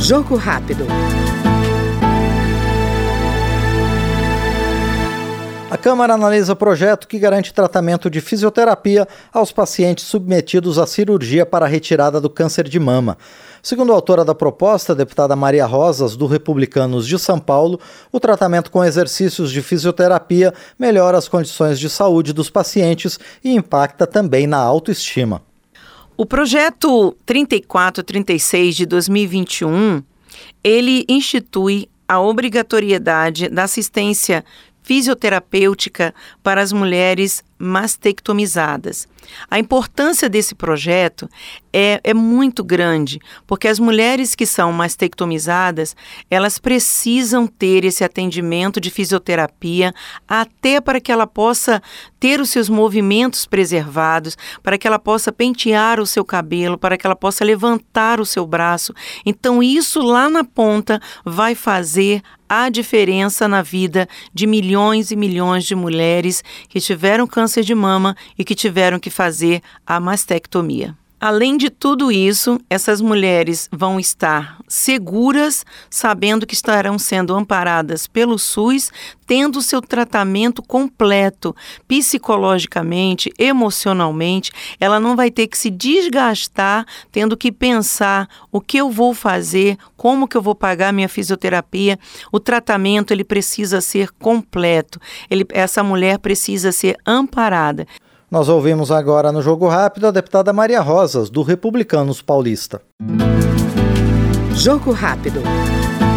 Jogo rápido. A Câmara analisa projeto que garante tratamento de fisioterapia aos pacientes submetidos à cirurgia para a retirada do câncer de mama. Segundo a autora da proposta, a deputada Maria Rosas, do Republicanos de São Paulo, o tratamento com exercícios de fisioterapia melhora as condições de saúde dos pacientes e impacta também na autoestima. O projeto 3436 de 2021, ele institui a obrigatoriedade da assistência fisioterapêutica para as mulheres mastectomizadas. A importância desse projeto é muito grande, porque as mulheres que são mastectomizadas, elas precisam ter esse atendimento de fisioterapia até para que ela possa ter os seus movimentos preservados, para que ela possa pentear o seu cabelo, para que ela possa levantar o seu braço. Então isso lá na ponta vai fazer a diferença na vida de milhões e milhões de mulheres que tiveram câncer de mama e que tiveram que fazer a mastectomia. Além de tudo isso, essas mulheres vão estar seguras, sabendo que estarão sendo amparadas pelo SUS, tendo seu tratamento completo, psicologicamente, emocionalmente. Ela não vai ter que se desgastar, tendo que pensar o que eu vou fazer, como que eu vou pagar minha fisioterapia. O tratamento ele precisa ser completo. Essa mulher precisa ser amparada. Nós ouvimos agora no Jogo Rápido a deputada Maria Rosas, do Republicanos Paulista. Jogo rápido.